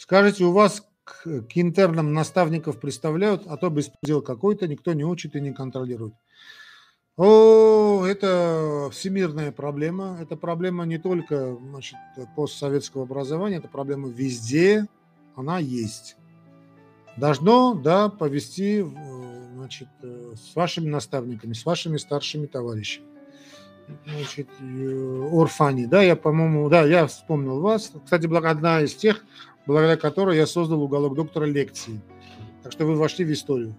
Скажите, у вас к интернам наставников представляют, а то беспредел какой-то, никто не учит и не контролирует. О, это всемирная проблема. Это проблема не только, значит, постсоветского образования, это проблема везде, она есть. Должно, да, повести, значит, с вашими наставниками, с вашими старшими товарищами. Значит, Орфани, да, я, по-моему, да, я вспомнил вас. Кстати, одна из тех, благодаря которой я создал уголок доктора лекций. Так что вы вошли в историю.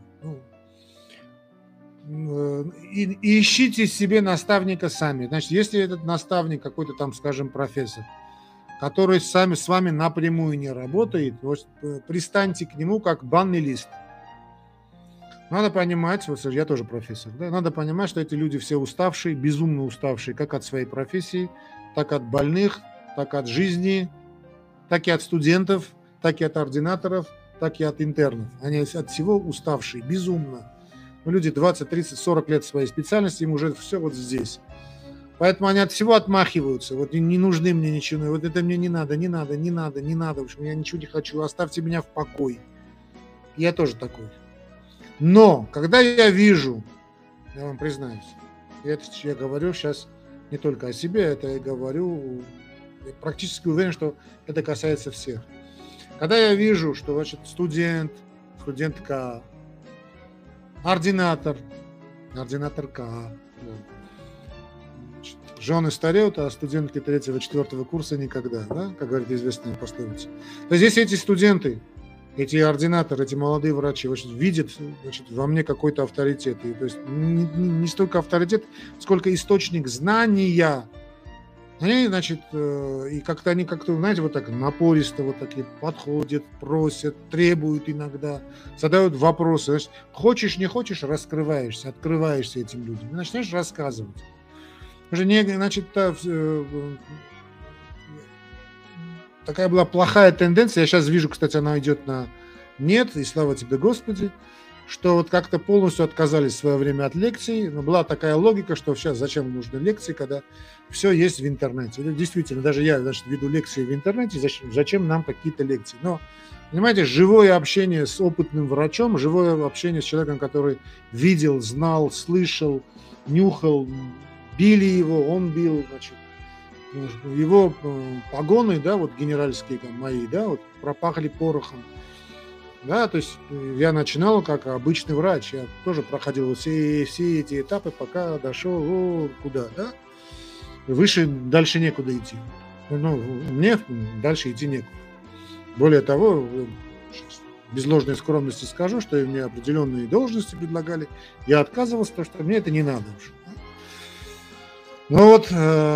И ищите себе наставника сами. Значит, если этот наставник какой-то там, скажем, профессор, который с вами напрямую не работает, вот, пристаньте к нему как банный лист. Надо понимать, вот я тоже профессор, да, надо понимать, что эти люди все уставшие, безумно уставшие, как от своей профессии, так от больных, так от жизни, так и от студентов, так и от ординаторов, так и от интернов. Они от всего уставшие, безумно. Люди 20, 30, 40 лет своей специальности, им уже все вот здесь. Поэтому они от всего отмахиваются. Вот не нужны мне ничего. Вот это мне не надо, не надо, не надо, не надо. В общем, я ничего не хочу. Оставьте меня в покое. Я тоже такой. Но, когда я вижу, я вам признаюсь, я говорю сейчас не только о себе, это я говорю, я практически уверен, что это касается всех. Когда я вижу, что, значит, студентка, ординаторка, жены стареют, а студентки 3-4 курса никогда, да, как говорит известная пословица. То есть, если эти студенты, эти ординаторы, эти молодые врачи видят, значит, во мне какой-то авторитет. И, то есть не столько авторитет, сколько источник знания. Они, значит, и как-то они, знаете, вот так напористо вот такие подходят, просят, требуют иногда, задают вопросы. Значит, хочешь, не хочешь, раскрываешься, открываешься этим людям. И начинаешь рассказывать. Уже не, значит, такая была плохая тенденция. Я сейчас вижу, кстати, она идет на нет, и слава тебе, Господи, что вот как-то полностью отказались в свое время от лекций. Но была такая логика, что сейчас зачем нужны лекции, когда все есть в интернете. И действительно, даже я, значит, веду лекции в интернете, зачем нам какие-то лекции. Но, понимаете, живое общение с опытным врачом, живое общение с человеком, который видел, знал, слышал, нюхал, били его, он бил, значит, его погоны, да, вот генеральские мои, да, вот пропахли порохом. Да, то есть я начинал как обычный врач, я тоже проходил все эти этапы, пока дошел куда, да, выше, дальше некуда идти. Ну, мне дальше идти некуда. Более того, без ложной скромности скажу, что мне определенные должности предлагали, я отказывался, потому что мне это не надо уже. Ну вот,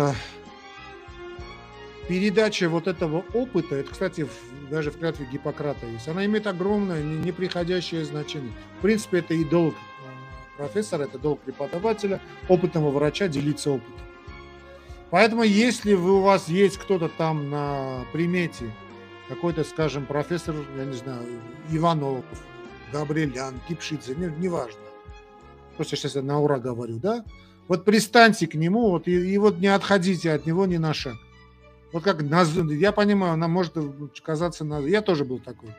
передача вот этого опыта, это, кстати, даже в клятве Гиппократа есть, она имеет огромное, неприходящее значение. В принципе, это и долг профессора, это долг преподавателя, опытного врача делиться опытом. Поэтому, если у вас есть кто-то там на примете, какой-то, скажем, профессор, я не знаю, Иванов, Габриэлян, Кипшидзе, неважно. Просто сейчас я на ура говорю, да? Вот пристаньте к нему, вот, и вот не отходите от него ни на шаг. Вот как, я понимаю, нам может казаться, я тоже был такой.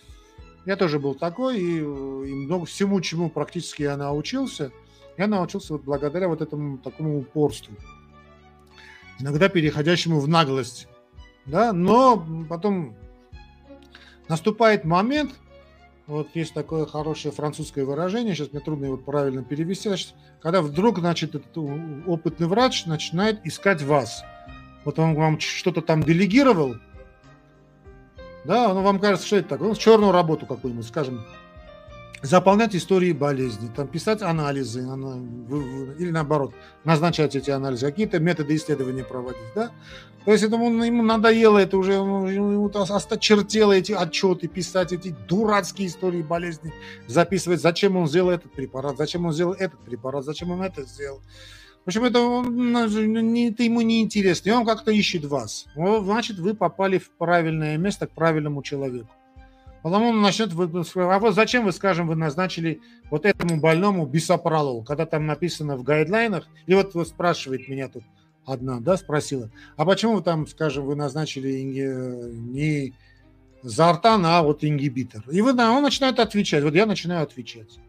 И много всему, чему практически я научился вот благодаря вот этому такому упорству. Иногда переходящему в наглость. Да? Но потом наступает момент, вот есть такое хорошее французское выражение, сейчас мне трудно его правильно перевести, значит, когда вдруг, значит, этот опытный врач начинает искать вас. Вот он вам что-то там делегировал, да, но вам кажется, что это такое, черную работу какую-нибудь, скажем, заполнять истории болезней, там, писать анализы, или наоборот, назначать эти анализы, какие-то методы исследования проводить, да. То есть ему надоело это уже, ему осточертело эти отчеты писать, эти дурацкие истории болезней записывать, зачем он сделал этот препарат, зачем он сделал этот препарат, зачем он это сделал. В общем, это ему не интересно, и он как-то ищет вас. Значит, вы попали в правильное место к правильному человеку. Потому он начнет, а вот зачем вы, скажем, вы назначили вот этому больному бисопролол, когда там написано в гайдлайнах, и вот спрашивает меня тут одна, да, спросила, а почему вы там, скажем, вы назначили не Зартан, вот ингибитор. И он начинает отвечать. Вот я начинаю отвечать.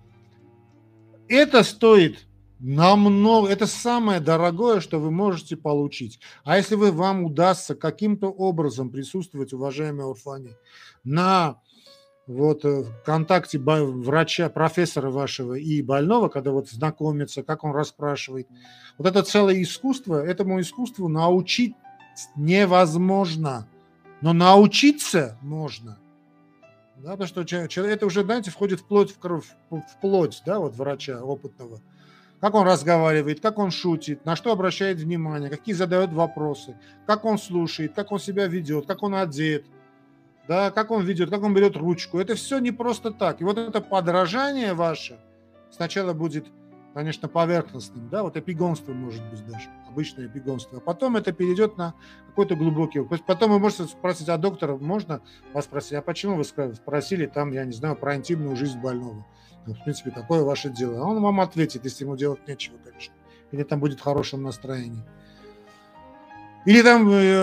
Это стоит намного, это самое дорогое, что вы можете получить. А если вам удастся каким-то образом присутствовать, уважаемые орфане, на контакте врача, профессора вашего и больного, когда знакомится, как он расспрашивает, это целое искусство, этому искусству научить невозможно, но научиться можно. Да, потому что это уже, знаете, входит вплоть врача опытного. Как он разговаривает, как он шутит, на что обращает внимание, какие задает вопросы, как он слушает, как он себя ведет, как он одет, да, как он ведет, как он берет ручку. Это все не просто так. И это подражание ваше сначала будет, конечно, поверхностным, да, эпигонство может быть даже, обычное эпигонство, а потом это перейдет на какой-то глубокий. Потом вы можете спросить, а доктора можно вас спросить, а почему вы спросили там, я не знаю, про интимную жизнь больного? В принципе, такое ваше дело. А он вам ответит, если ему делать нечего, конечно. Или там будет в хорошем настроении. Или там,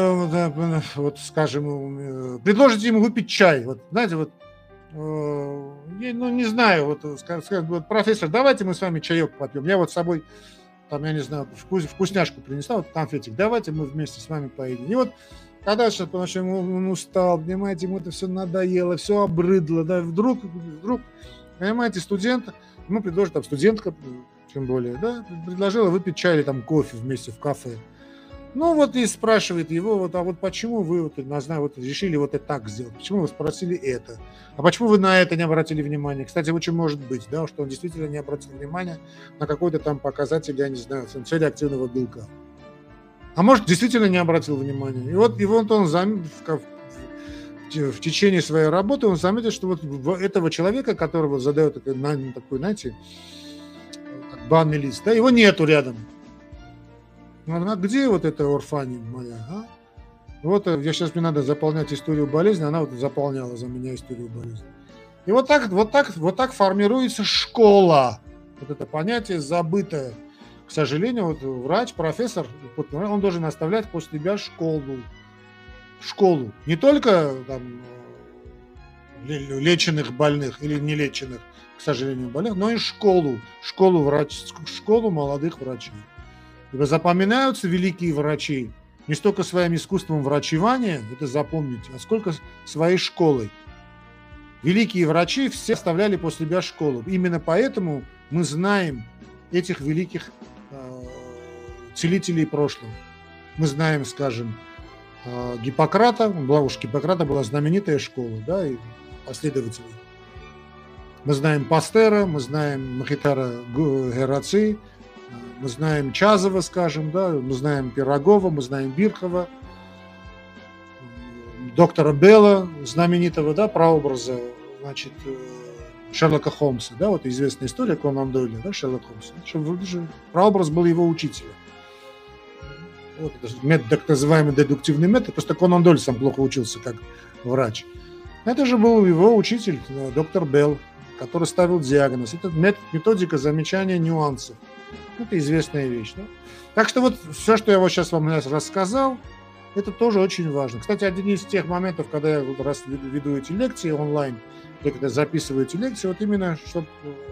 скажем, предложите ему выпить чай. Знаете, не знаю, скажет, профессор, давайте мы с вами чаек попьем. Я с собой, там, я не знаю, вкусняшку принесла, конфетик. Давайте мы вместе с вами поедем. И когда потому что он устал, понимаете, ему это все надоело, все обрыдло, да, вдруг, понимаете, студент, ему предложит, там, студентка, тем более, да, предложила выпить чай или там кофе вместе в кафе. И спрашивает его, а почему вы решили это так сделать? Почему вы спросили это? А почему вы на это не обратили внимания? Кстати, очень может быть, да, что он действительно не обратил внимания на какой-то там показатель, я не знаю, цели активного белка. А может, действительно не обратил внимания. И он в течение своей работы он заметил, что этого человека, которого задает такой, знаете, как банный лист, да, его нету рядом. А где эта орфания моя? А? Я сейчас мне надо заполнять историю болезни, она заполняла за меня историю болезни. И так формируется школа. Это понятие забытое. К сожалению, врач, профессор, он должен оставлять после себя школу. Не только там, леченых больных или не леченых, к сожалению, больных, но и школу молодых врачей. Ибо запоминаются великие врачи не столько своим искусством врачевания, это запомните, а сколько своей школой. Великие врачи все оставляли после себя школу. Именно поэтому мы знаем этих великих целителей прошлого. Мы знаем, скажем, Гиппократа. У Гиппократа была знаменитая школа, да, и последователи. Мы знаем Пастера, мы знаем Мохитара Гераци, мы знаем Чазова, скажем, да, мы знаем Пирогова, мы знаем Бирхова, доктора Белла, знаменитого, да, прообраза, значит, Шерлока Холмса, да, известная история Конан Дойля, да, Шерлок Холмс. Прообраз был его учителя. Метод, так называемый дедуктивный метод, просто Конан Дойль сам плохо учился как врач. Это же был его учитель, доктор Белл, который ставил диагноз. Это методика замечания нюансов. Это известная вещь. Да? Так что все, что я сейчас вам рассказал, это тоже очень важно. Кстати, один из тех моментов, когда я веду эти лекции онлайн, когда записываю эти лекции, именно, чтобы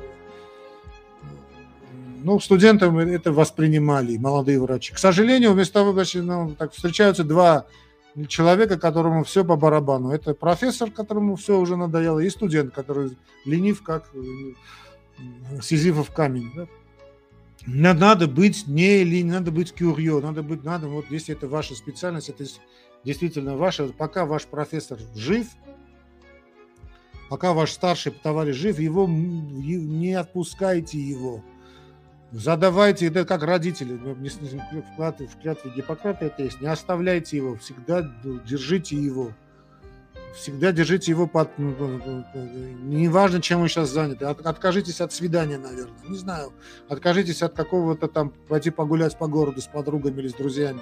студентам это воспринимали, молодые врачи. К сожалению, вместо того, так встречаются два человека, которому все по барабану. Это профессор, которому все уже надоело, и студент, который ленив, как Сизифов камень. Да? Надо быть надо быть кюрьё, если это ваша специальность, это действительно ваша, пока ваш профессор жив, пока ваш старший товарищ жив, его не отпускайте его. Задавайте, это как родители, в клятве Гиппократа это есть, не оставляйте его, всегда держите его. Всегда держите его неважно, чем вы сейчас заняты. Откажитесь от свидания, наверное. Не знаю. Откажитесь от какого-то там пойти погулять по городу с подругами или с друзьями.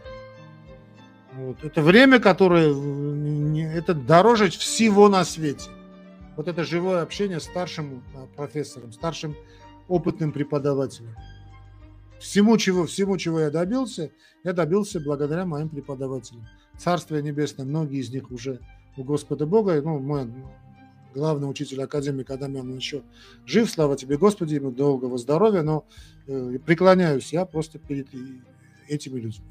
Это время, которое это дороже всего на свете. Это живое общение с старшим профессором, старшим опытным преподавателем. Всему, чего я добился благодаря моим преподавателям. Царствие небесное, многие из них уже у Господа Бога. Ну, мой главный учитель, академик Адамян, он еще жив, слава тебе, Господи, ему долгого здоровья, но преклоняюсь я просто перед этими людьми.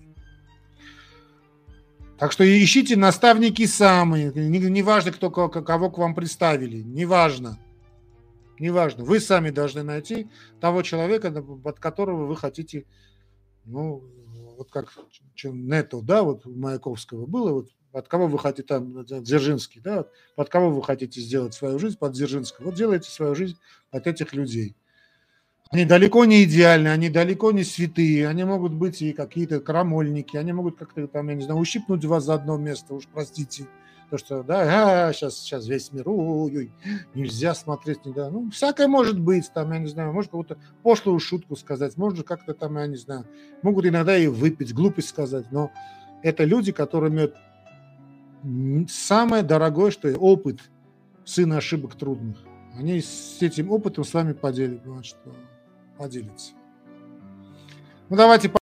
Так что ищите наставники самые, неважно, кто кого к вам представили, неважно. Неважно, вы сами должны найти того человека, от которого вы хотите, ну, вот как Нетто, да, вот у Маяковского было, вот от кого вы хотите, там, Дзержинский, да, под кого вы хотите сделать свою жизнь, под Дзержинского. Вот делайте свою жизнь от этих людей. Они далеко не идеальны, они далеко не святые, они могут быть и какие-то крамольники, они могут как-то там, я не знаю, ущипнуть вас за одно место, уж простите. То, что, да, сейчас весь мир, ой, нельзя смотреть, не да. Ну, всякое может быть, там, я не знаю, может какую-то пошлую шутку сказать, может как-то там, я не знаю, могут иногда и выпить, глупость сказать, но это люди, которые имеют самое дорогое, что и опыт сына ошибок трудных. Они с этим опытом с вами поделятся. Ну, давайте